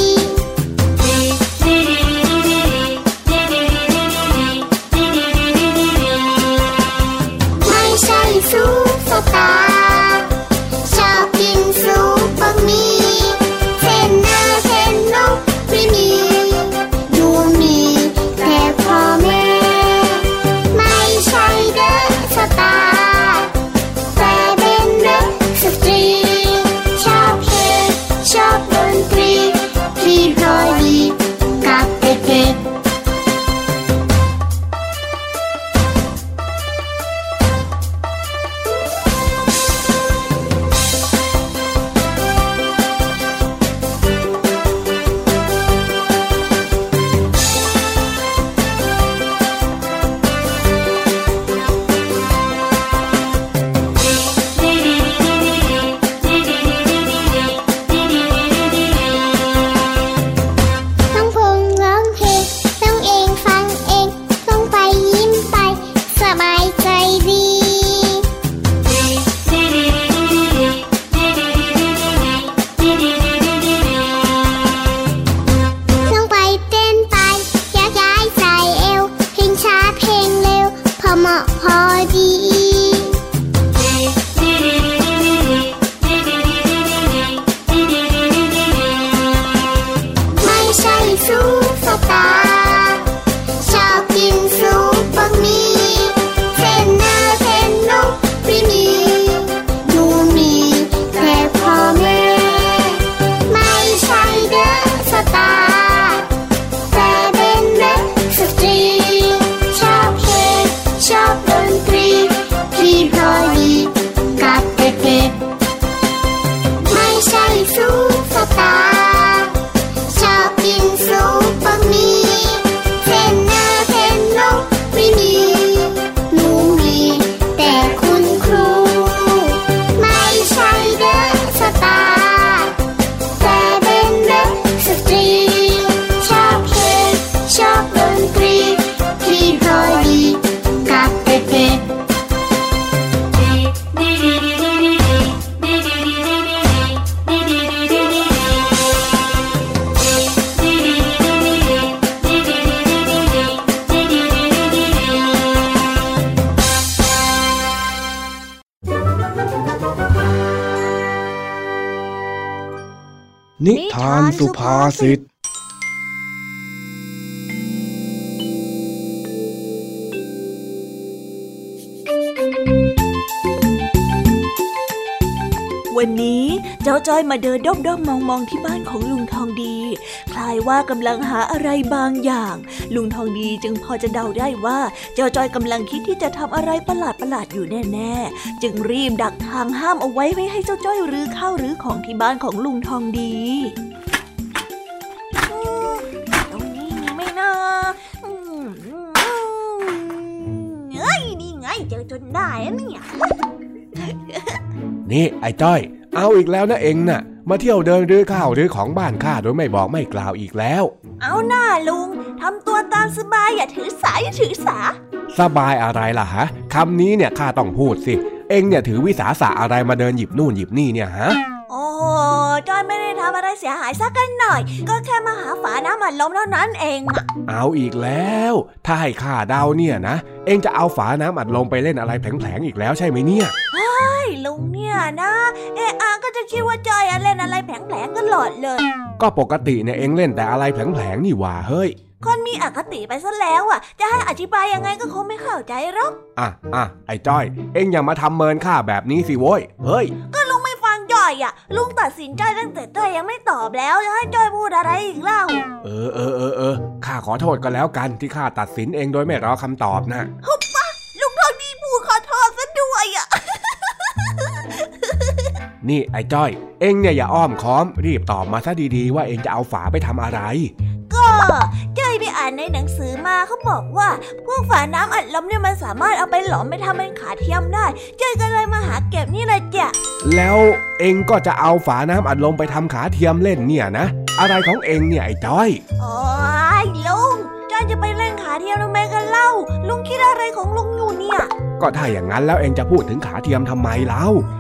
ไม่ใช่ซุปสตาร์ชอบกินซุปบะหมี่เส้นหน้าเส้นนกไม่มีดูมีแต่พ่อแม่ไม่ใช่เด็กสตาร์แต่เป็นเด็กสตรีชอบเพลงชอบดนตรีที่พอดีกับเด็กๆนิทานสุภาษิตวันนี้เจ้าจ้อยมาเดินด้อมๆมองๆที่บ้านของลุงทองดีคล้ายว่ากำลังหาอะไรบางอย่างลุงทองดีจึงพอจะเดาได้ว่าเจ้าจ้อยกำลังคิดที่จะทำอะไรประหลาดๆอยู่แน่ๆจึงรีบดักทางห้ามเอาไว้ไม่ให้เจ้าจ้อยรื้อข้าวรื้อของที่บ้านของลุงทองดีตรงนี้มีไหมนะเฮ้ยนี่ไงเจอจนได้เนี่ยนี่ไอ้จ้อยเอาอีกแล้วนะเองน่ะมาเที่ยวเดินรื้อข้าวรื้อของบ้านข้าโดยไม่บอกไม่กล่าวอีกแล้วเอาหน้าลุงทำตัวตามสบายอย่าถือสาสบายอะไรล่ะฮะคำนี้เนี่ยข้าต้องพูดสิเองเนี่ยถือวิสาสะอะไรมาเดินหยิบนู่นหยิบนี่เนี่ยฮะโอ้จ้อยไม่ได้ทำอะไรเสียหายสักกันหน่อยก็แค่มาหาฝาน้ำอัดลมเท่านั้นเองเอาอีกแล้วถ้าให้ข้าเดาเนี่ยนะเองจะเอาฝาน้ำอัดลมไปเล่นอะไรแผลงๆอีกแล้วใช่ไหมเนี่ยลุงเนี่ยนะก็จะคิดว่าจ้อยเล่นอะไรแผลงๆตลอดเลยก็ปกติเนี่ยเองเล่นแต่อะไรแผลงๆนี่หว่าเฮ้ยคนมีอคติไปซะแล้วจะให้อธิบายยังไงก็คงไม่เข้าใจหรอกไอ้จ้อยเอ็งอย่ามาทำเมินข้าแบบนี้สิโว้ยเฮ้ยก็ลุงไม่ฟังจ้อยลุงตัดสินใจตั้งแต่จ้อยยังไม่ตอบแล้วจะให้จ้อยพูดอะไรอีกเล่าข้าขอโทษก็แล้วกันที่ข้าตัดสินเองโดยไม่รอคำตอบนะหุบปะลุงทองดีพูดขอโทษซะด้วยนี่ไอ้จ้อยเอ็งเนี่ยอย่าอ้อมค้อมรีบตอบมาซะดีๆว่าเอ็งจะเอาฝาไปทำอะไรก็จ้อยไปอ่านในหนังสือมาเขาบอกว่าพวกฝาน้ำอัดลมเนี่ยมันสามารถเอาไปหลอมไปทำเป็นขาเทียมได้จ้อยก็เลยมาหาเก็บนี่แหละจ้ะแล้วเอ็งก็จะเอาฝาน้ำอัดลมไปทำขาเทียมเล่นเนี่ยนะอะไรของเอ็งเนี่ยไอ้จ้อยโอ้ยลุงจ้อยจะไปเล่นขาเทียมทำไมกันเล่าลุงคิดอะไรของลุงอยู่เนี่ยก็ถ้าอย่างนั้นแล้วเอ็งจะพูดถึงขาเทียมทำไมเล่าก็จ้อย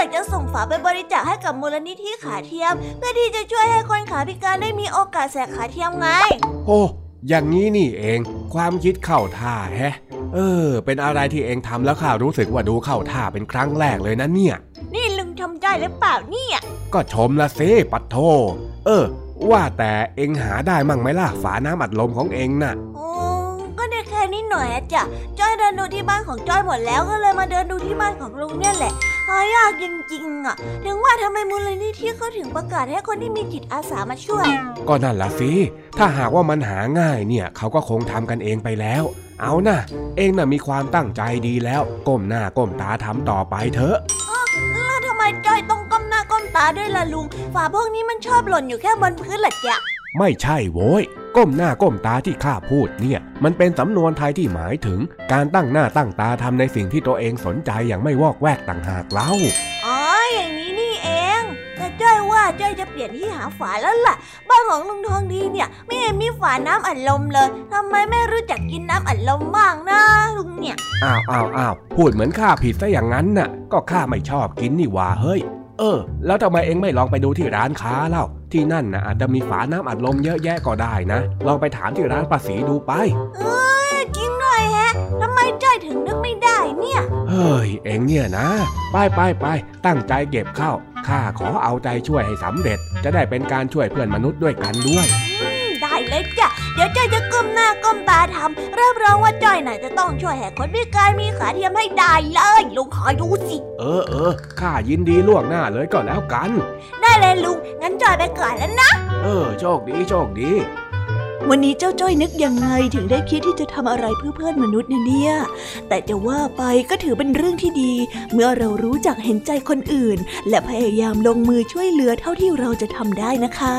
ากจะส่งฝาไปบริจาคให้กับมูลนิธิขาเทียมเพื่อที่จะช่วยให้คนขาพิการได้มีโอกาสแสกขาเทียมไงโอ้อย่างนี้นี่เองความคิดเข้าท่าแฮะเป็นอะไรที่เองทำแล้วข้ารู้สึกว่าดูเข้าท่าเป็นครั้งแรกเลยนะเนี่ยนี่ลุงทำได้หรือเปล่าเนี่ยก็ชมละสิปัดโธว่าแต่เองหาได้มั่งไหมล่ะฝาน้ำอัดลมของเองน่ะก็ได้แค่นี้หน่อยอะจ้ะจ้อยเดินดูที่บ้านของจ้อยหมดแล้วก็เลยมาเดินดูที่บ้านของลุงเนี่ยแหละหายากจริงๆอะถึงว่าทำไมมูลนิธิเขาถึงประกาศให้คนที่มีจิตอาสามาช่วยก็นั่นล่ะสิถ้าหากว่ามันหาง่ายเนี่ยเขาก็คงทำกันเองไปแล้วเอานะเองน่ะมีความตั้งใจดีแล้วก้มหน้าก้มตาทำต่อไปเถอะแล้วทำไมจ้อยต้องก้มหน้าก้มตาด้วยล่ะลุงฝาพวกนี้มันชอบหล่นอยู่แค่บนพื้นหรอจ๊ะไม่ใช่โว้ยก้มหน้าก้มตาที่ข้าพูดเนี่ยมันเป็นสำนวนไทยที่หมายถึงการตั้งหน้าตั้งตาทำในสิ่งที่ตัวเองสนใจอย่างไม่วอกแวกต่างหากเล่าอ๋ออย่างนี้นี่เองแต่จ้อยว่าจ้อยจะเปลี่ยนที่หาฝาแล้วล่ะบ้านของลุงทองดีเนี่ยไม่เห็นมีฝาน้ำอัดลมเลยทำไมไม่รู้จักกินน้ำอัดลมบ้างนะลุงเนี่ยอ้าวพูดเหมือนข้าผิดซะอย่างนั้นน่ะก็ข้าไม่ชอบกินนี่หว่าเฮ้ยแล้วทำไมเอ็งไม่ลองไปดูที่ร้านค้าเล่าที่นั่นนะอาจจะมีฝาน้ำอัดลมเยอะแยะก็ได้นะลองไปถามที่ร้านป้าศรีดูไปจริงด้วยแฮะทำไมจ้อยถึงนึกไม่ได้เนี่ยเฮ้ยเอ็งเนี่ยนะไปตั้งใจเก็บเข้าข้าขอเอาใจช่วยให้สำเร็จจะได้เป็นการช่วยเพื่อนมนุษย์ด้วยกันด้วยได้เลยจ้ะเดี๋ยวจ้อยจะก้มหน้าก้มตาทำรับรองว่าจ้อยน่ะจะต้องช่วยให้คนพิการมีขาเทียมให้ได้เลยลุงคอยดูสิข้ายินดีล่วงหน้าเลยก็แล้วกันได้เลยลุงงั้นจ้อยไปก่อนแล้วนะโชคดีวันนี้เจ้าจ้อยนึกยังไงถึงได้คิดที่จะทำอะไรเพื่อเพื่อนมนุษย์เนี่ยแต่จะว่าไปก็ถือเป็นเรื่องที่ดีเมื่อเรารู้จักเห็นใจคนอื่นและพยายามลงมือช่วยเหลือเท่าที่เราจะทำได้นะคะ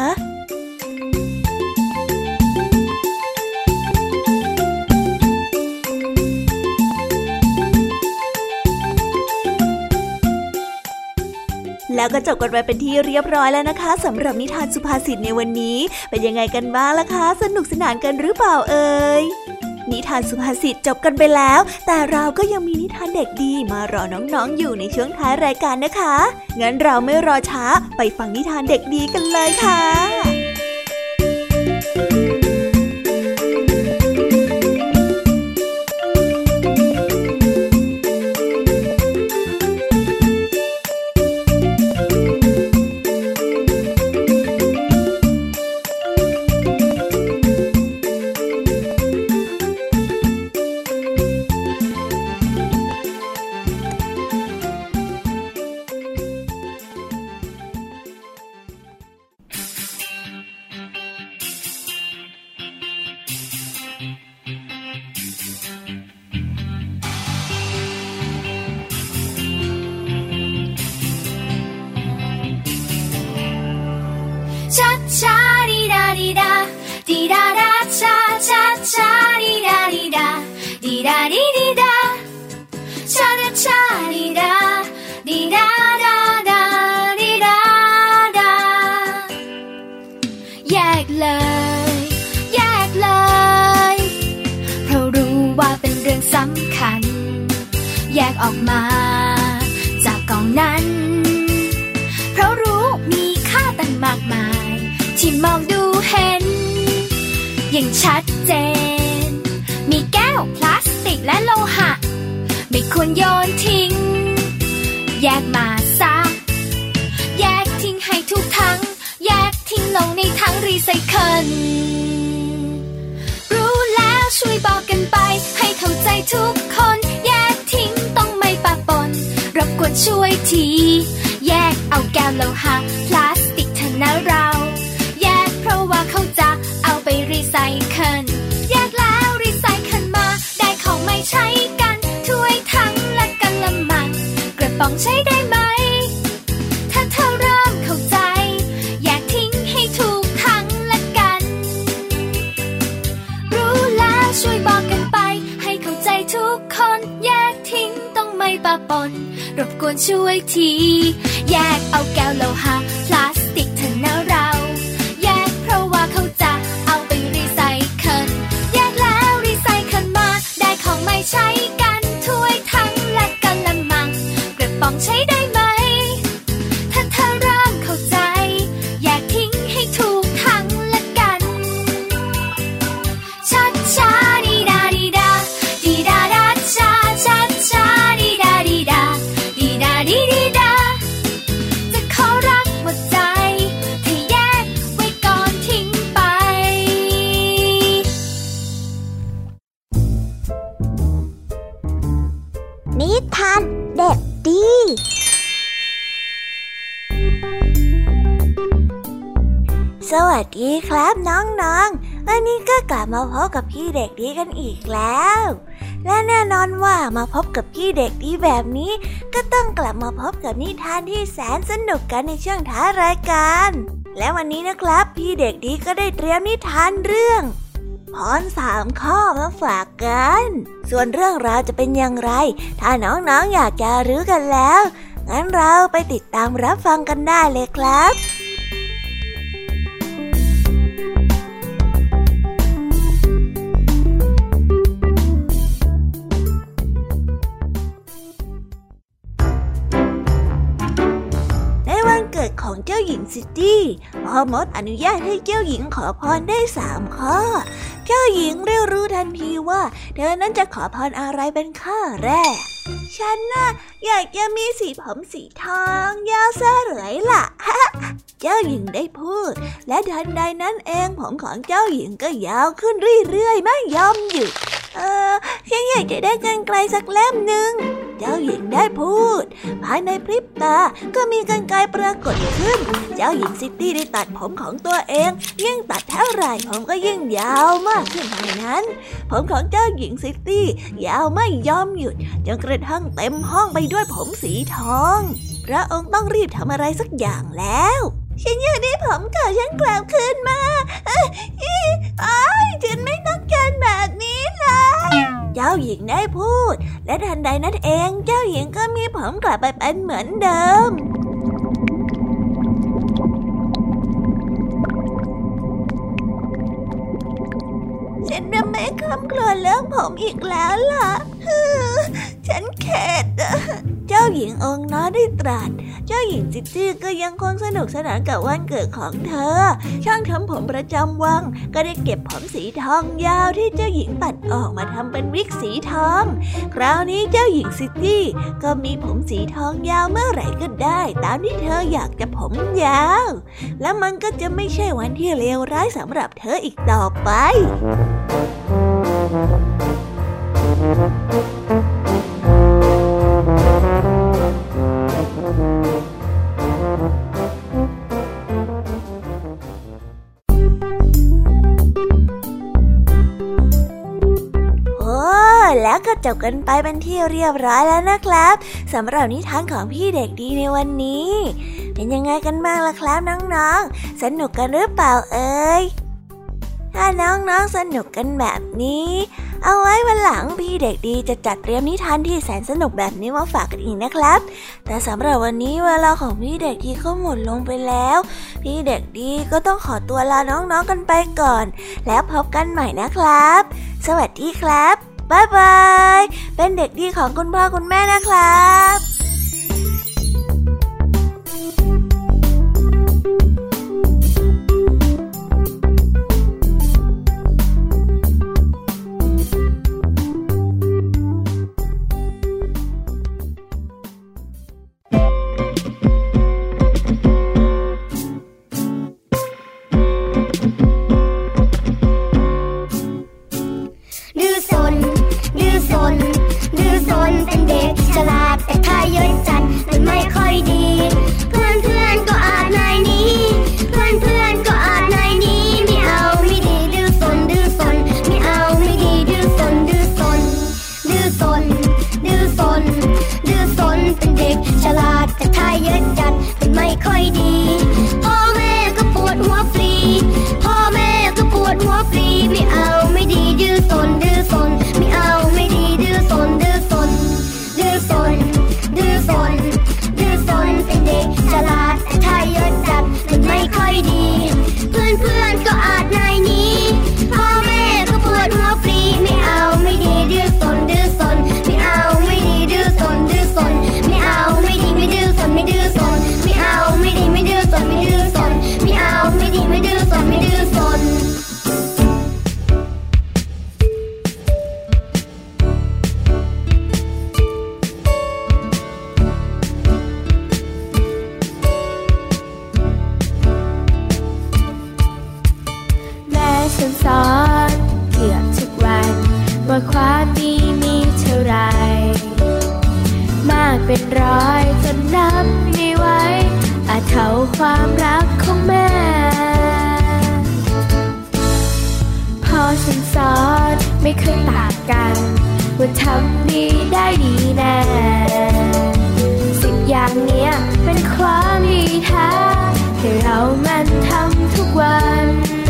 แล้วก็จบกันไปเป็นที่เรียบร้อยแล้วนะคะสำหรับนิทานสุภาษิตในวันนี้เป็นยังไงกันบ้างล่ะคะสนุกสนานกันหรือเปล่าเอ่ยนิทานสุภาษิตจบกันไปแล้วแต่เราก็ยังมีนิทานเด็กดีมารอน้องๆอยู่ในช่วงท้ายรายการนะคะงั้นเราไม่รอช้าไปฟังนิทานเด็กดีกันเลยค่ะแยกออกมาจากกองนั้นเพราะรู้มีค่าตั้งมากมายที่มองดูเห็นอย่างชัดเจนมีแก้วพลาสติกและโลหะไม่ควรโยนทิ้งแยกมาซะแยกทิ้งให้ทุกถังแยกทิ้งลงในถังรีไซเคิลรู้แล้วช่วยบอกกันไปให้เข้าใจทุกคนแยกทิ้งต้องไม่ปะปนรบกวนช่วยทีแยกเอาแก้วโลหะพลาสติกเถอะนะเราแยกเพราะว่าเขาจะเอาไปรีไซเคิลแยกแล้วรีไซเคิลมาได้ของไม่ใช้กันถ้วยทั้งและกะละมังกระป๋องใช้ได้ไหมถ้าเธอเริ่มเข้าใจแยกทิ้งให้ถูกทั้งและกันรู้แล้วช่วยบอกกันไปให้เข้าใจทุกคนแยกทิ้งต้องไม่ปะปนรบกวนช่วยทีแยกเอาแก้วโลหะพลาสติกเถอะนะเราแยกเพราะว่าเขาจะเอาไปรีไซเคิลแยกแล้วรีไซเคิลมาได้ของไม่ใช้กันถ้วยทั้งและกะละมังกระป๋องใช้ได้ไหมสวัสดีครับน้องๆวันนี้ก็กลับมาพบกับพี่เด็กดีกันอีกแล้วและแน่นอนว่ามาพบกับพี่เด็กดีแบบนี้ก็ต้องกลับมาพบกับนิทานที่แสนสนุกกันในช่วงท้ายรายการและวันนี้นะครับพี่เด็กดีก็ได้เตรียมนิทานเรื่องพร3 ข้อมาฝากกันส่วนเรื่องราวจะเป็นอย่างไรถ้าน้องๆอยากจะรู้กันแล้วงั้นเราไปติดตามรับฟังกันได้เลยครับของเจ้าหญิงซิตี้พ่อมดอนุญาตให้เจ้าหญิงขอพรได้3 ข้อเจ้าหญิงได้รู้ทันทีว่าเธอนั้นจะขอพรอะไรเป็นข้อแรกฉันน่ะอยากจะมีสีผมสีทองยาวสลวยล่ะ เจ้าหญิงได้พูดและทันใดนั้นเองผมของเจ้าหญิงก็ยาวขึ้นเรื่อยๆไม่ยอมหยุดฉันอยากจะได้กรรไกรสักเล่มหนึ่งเจ้าหญิงได้พูดภายในพริบตาก็มีกรรไกรปรากฏขึ้นเจ้าหญิงซิตี้ได้ตัดผมของตัวเองยิ่งตัดเท่าไหร่ผมก็ยิ่งยาวมากขึ้นเท่านั้นผมของเจ้าหญิงซิตี้ยาวไม่ยอมหยุดจนกระทั่งเต็มห้องไปด้วยผมสีทองพระองค์ต้องรีบทำอะไรสักอย่างแล้วฉันอยากได้ผมเก่าฉันกลับคืนมาฉันไม่ต้องการแบบนี้เลยเจ้าหญิงได้พูดและทันใดนั้นเองเจ้าหญิงก็มีผมกลับไปเป็นเหมือนเดิมฉันจะไม่คร่ำครวญเรื่องผมอีกแล้วล่ะฉันเข็ดเจ้าหญิงองค์น้อยได้ตรัสเจ้าหญิงซิตี้ก็ยังคงสนุกสนานกับวันเกิดของเธอช่างทำผมประจำวังก็ได้เก็บผมสีทองยาวที่เจ้าหญิงตัดออกมาทำเป็นวิกสีทองคราวนี้เจ้าหญิงซิตี้ก็มีผมสีทองยาวเมื่อไหร่ก็ได้ตามที่เธออยากจะผมยาวและมันก็จะไม่ใช่วันที่เลวร้ายสำหรับเธออีกต่อไปแล้วก็จบกันไปเป็นที่เรียบร้อยแล้วนะครับสำหรับนิทานของพี่เด็กดีในวันนี้เป็นยังไงกันบ้างล่ะครับน้องๆสนุกกันหรือเปล่าเอ่ยถ้าน้องๆสนุกกันแบบนี้เอาไว้วันหลังพี่เด็กดีจะจัดเตรียมนิทานที่แสนสนุกแบบนี้มาฝากกันอีกนะครับแต่สำหรับวันนี้เวลาของพี่เด็กดีก็หมดลงไปแล้วพี่เด็กดีก็ต้องขอตัวลาน้องๆกันไปก่อนแล้วพบกันใหม่นะครับสวัสดีครับบ๊ายบายเป็นเด็กดีของคุณพ่อคุณแม่นะครับเป็นเด็กฉลาดแต่ถ้าเยอะจัดมันไม่ค่อยดีเพื่อนก็อาจนายนี้เพื่อนก็อาจนายนี้ไม่เอาไม่ดีดื้อซนไม่เอาไม่ดีดื้อซนเป็นเด็กฉลาดแต่ถ้าเยอะจัดมันไม่ค่อยดีพ่อแม่ก็ปวดหัวฟรีไม่เอาไม่ดีดื้อซนไม่เอาไม่ดีดื้อซนเป็นเด็กฉลาดแต่ถ้าเยอะจัดมันไม่ค่อยดีเพื่อนก็อาจนายนี้พ่อแม่ก็ปวดหัวฟรีไม่เอาไม่ดีดื้อซนไม่เอาไม่ดีดื้อซนไม่เอาไม่ดีไม่ดื้อซนไม่เอาไม่ดีไม่ดื้อซนไม่เอาไม่ดีไม่ดื้อซนสอนเกือบทุกวันว่าความดีมีเท่าไรมากเป็นร้อยจนนับไม่ไหวอาจเท่าความรักของแม่ทำดีได้ดีแน่10อย่างเนี้ยเป็นความดีแท้ให้เรามันทำทุกวัน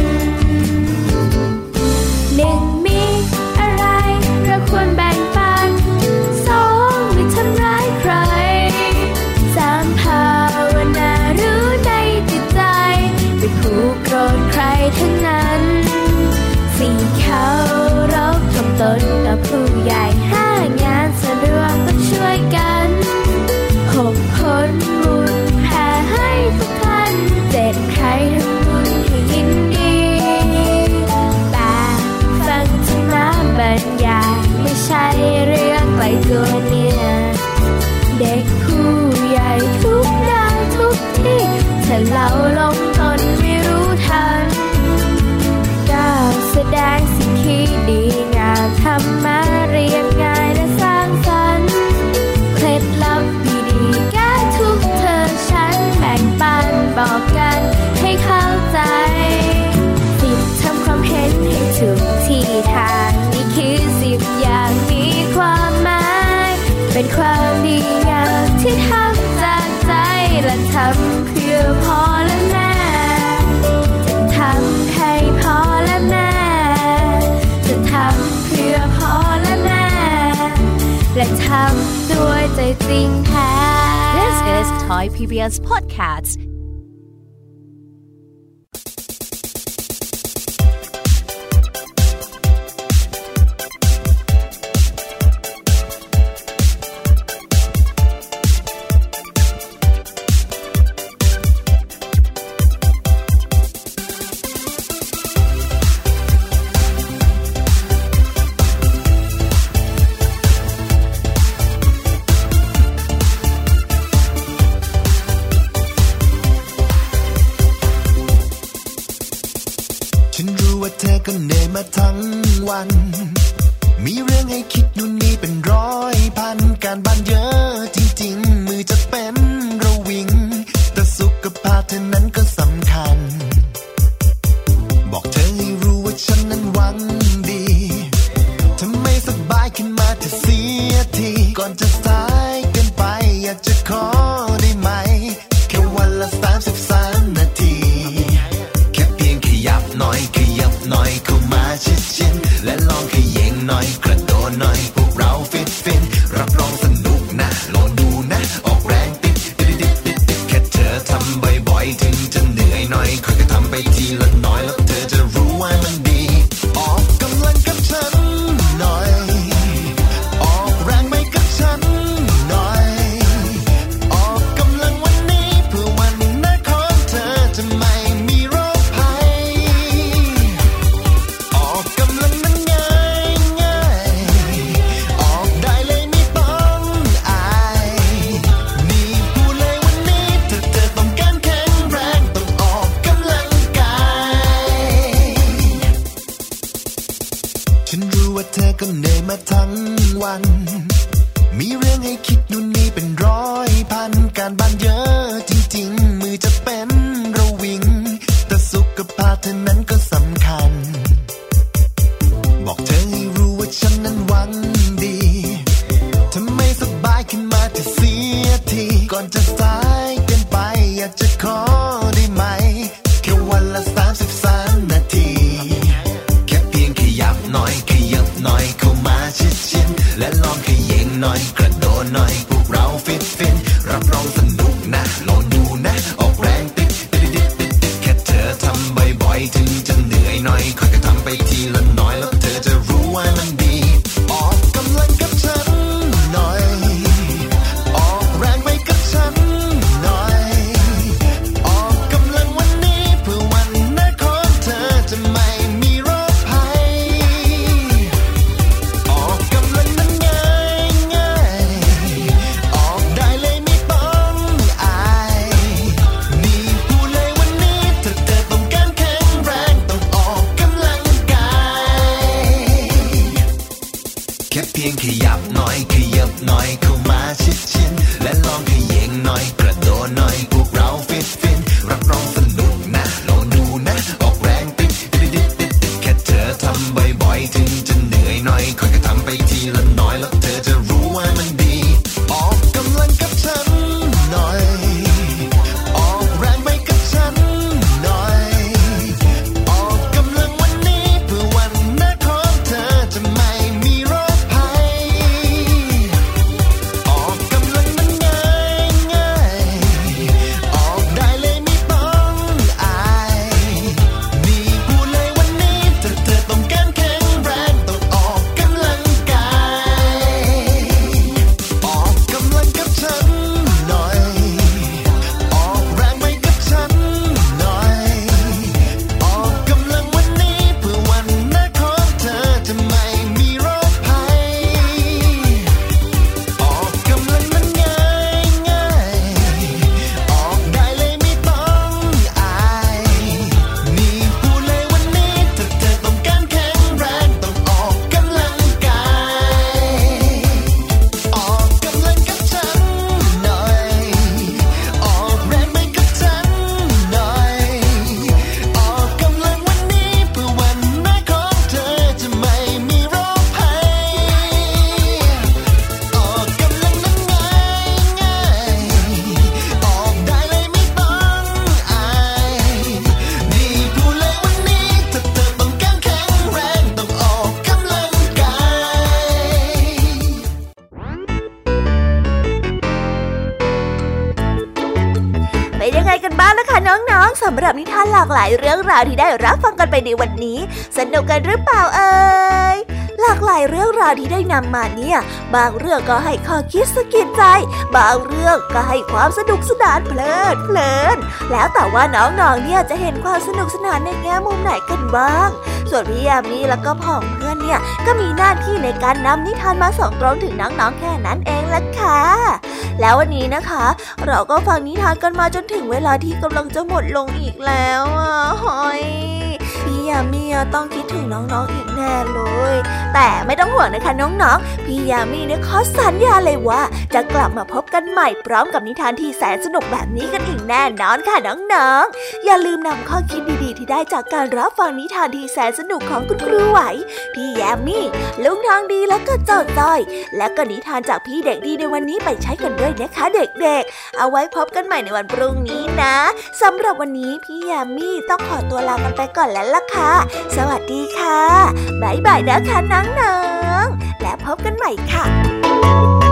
1มีอะไรเราควรแบ่งปัน2ไม่ทำร้ายใคร3ภาวนารู้ในจิตใจไม่ผูกโกรธใครทั้งนั้น4เคารพถ่อมตนต่อผู้ใหญ่5งานส่วนรวมต้องช่วยกัน6ผลบุญแผ่ให้ทุกท่าน7ใครทำบุญให้ยินดี8ฟังธรรมะบรรยายไม่ใช่เรื่องไกลตัวเนี่ยเด็กผู้ใหญ่ทุกด้านทุกที่ถ้าเราลงตนไม่รู้ทันก้าวแสดงสิ่งที่ดีงามธรรมะเรียบง่ายและสร้างสรรค์เคล็ดลับดีๆแก้ทุกเธอฉันแบ่งปันบอกกันให้เข้าใจ10ทำความเห็นให้ถูกที่ทางนี่คือ10อย่างมีความหมายเป็นความดีงามที่ทำจากใจและทำเพื่อพ่อและแม่จะทำให้พ่อและแม่จะทำเพื่อพ่อและแม่และทำด้วยใจจริงแท้ This is Thai PBS Podcast เธอก็เหนื่อยมาทั้งวันมีเรื่องให้คิดนู่นนี่เป็นร้อยพันการบ้านเยอะจริงๆมือจะเป็นระวิงแต่สุขภาพเธอนั้นก็สำคัญบอกเธอให้รู้ว่าฉันนั้นหวังดีถ้าไม่สบายขึ้นมาเธอเสียทีก่อนจะสายเกินไปอยากจะขอได้ไหมแค่วันละ33 นาทีแค่เพียงขยับหน่อยเข้ามาชิดๆและลองขยิงหน่อยกระโดดหน่อยพวกเราฟินรับรองสนุกนะลองดูนะออกแรงติดแค่เธอทำบ่อยๆถึงจะเหนื่อยหน่อยค่อยๆทำไปทีละน้อยแล้วเธอจะรู้ว่ามันดีออกกำลังกับฉันหน่อยออกแรงไปกับฉันหน่อยออกกำลังวันนี้เพื่อวันหน้าของเธอจะไม่มีโรคภัยออกกำลังนั้นง่ายออกได้เลยไม่ต้องอายนี่พูดเลยวันนี้ถ้าเธอต้องการแข็งแรงต้องออกกำลังกายสำหรับนิทานหลากหลายเรื่องราวที่ได้รับฟังกันไปในวันนี้สนุกกันหรือเปล่าเอ่ยหลากหลายเรื่องราวที่ได้นำมาเนี่ยบางเรื่องก็ให้ข้อคิดสะกิดใจบางเรื่องก็ให้ความสนุกสนานเพลินแล้วแต่ว่าน้องๆเนี่ยจะเห็นความสนุกสนานในแง่มุมไหนกันบ้างส่วนพี่ยามีแล้วก็พ่องเพื่อนเนี่ยก็มีหน้าที่ในการนำนิทานมาส่งตรงถึงน้องๆแค่นั้นเองล่ะค่ะแล้ววันนี้นะคะเราก็ฟังนิทานกันมาจนถึงเวลาที่กำลังจะหมดลงอีกแล้วหอยพี่ยามีต้องคิดถึงน้องๆอีกแน่เลยแต่ไม่ต้องห่วงนะคะน้องๆพี่ยามีเนี่ยขอสัญญาเลยว่าจะกลับมาพบกันใหม่พร้อมกับนิทานที่แสนสนุกแบบนี้กันอีกแน่นอนค่ะน้องๆอย่าลืมนำข้อคิดดีๆที่ได้จากการรับฟังนิทานที่แสนสนุกของคุณครูไหวพี่ยามีลุงทองดีแล้วก็เจ้าจ้อยและก็นิทานจากพี่เด็กดีในวันนี้ไปใช้กันด้วยนะคะเด็กๆเอาไว้พบกันใหม่ในวันพรุ่งนี้นะสำหรับวันนี้พี่ยามีต้องขอตัวลากันไปก่อนแล้วล่ะค่ะสวัสดีค่ะบ๊ายบายนะคะน้องๆและพบกันใหม่ค่ะ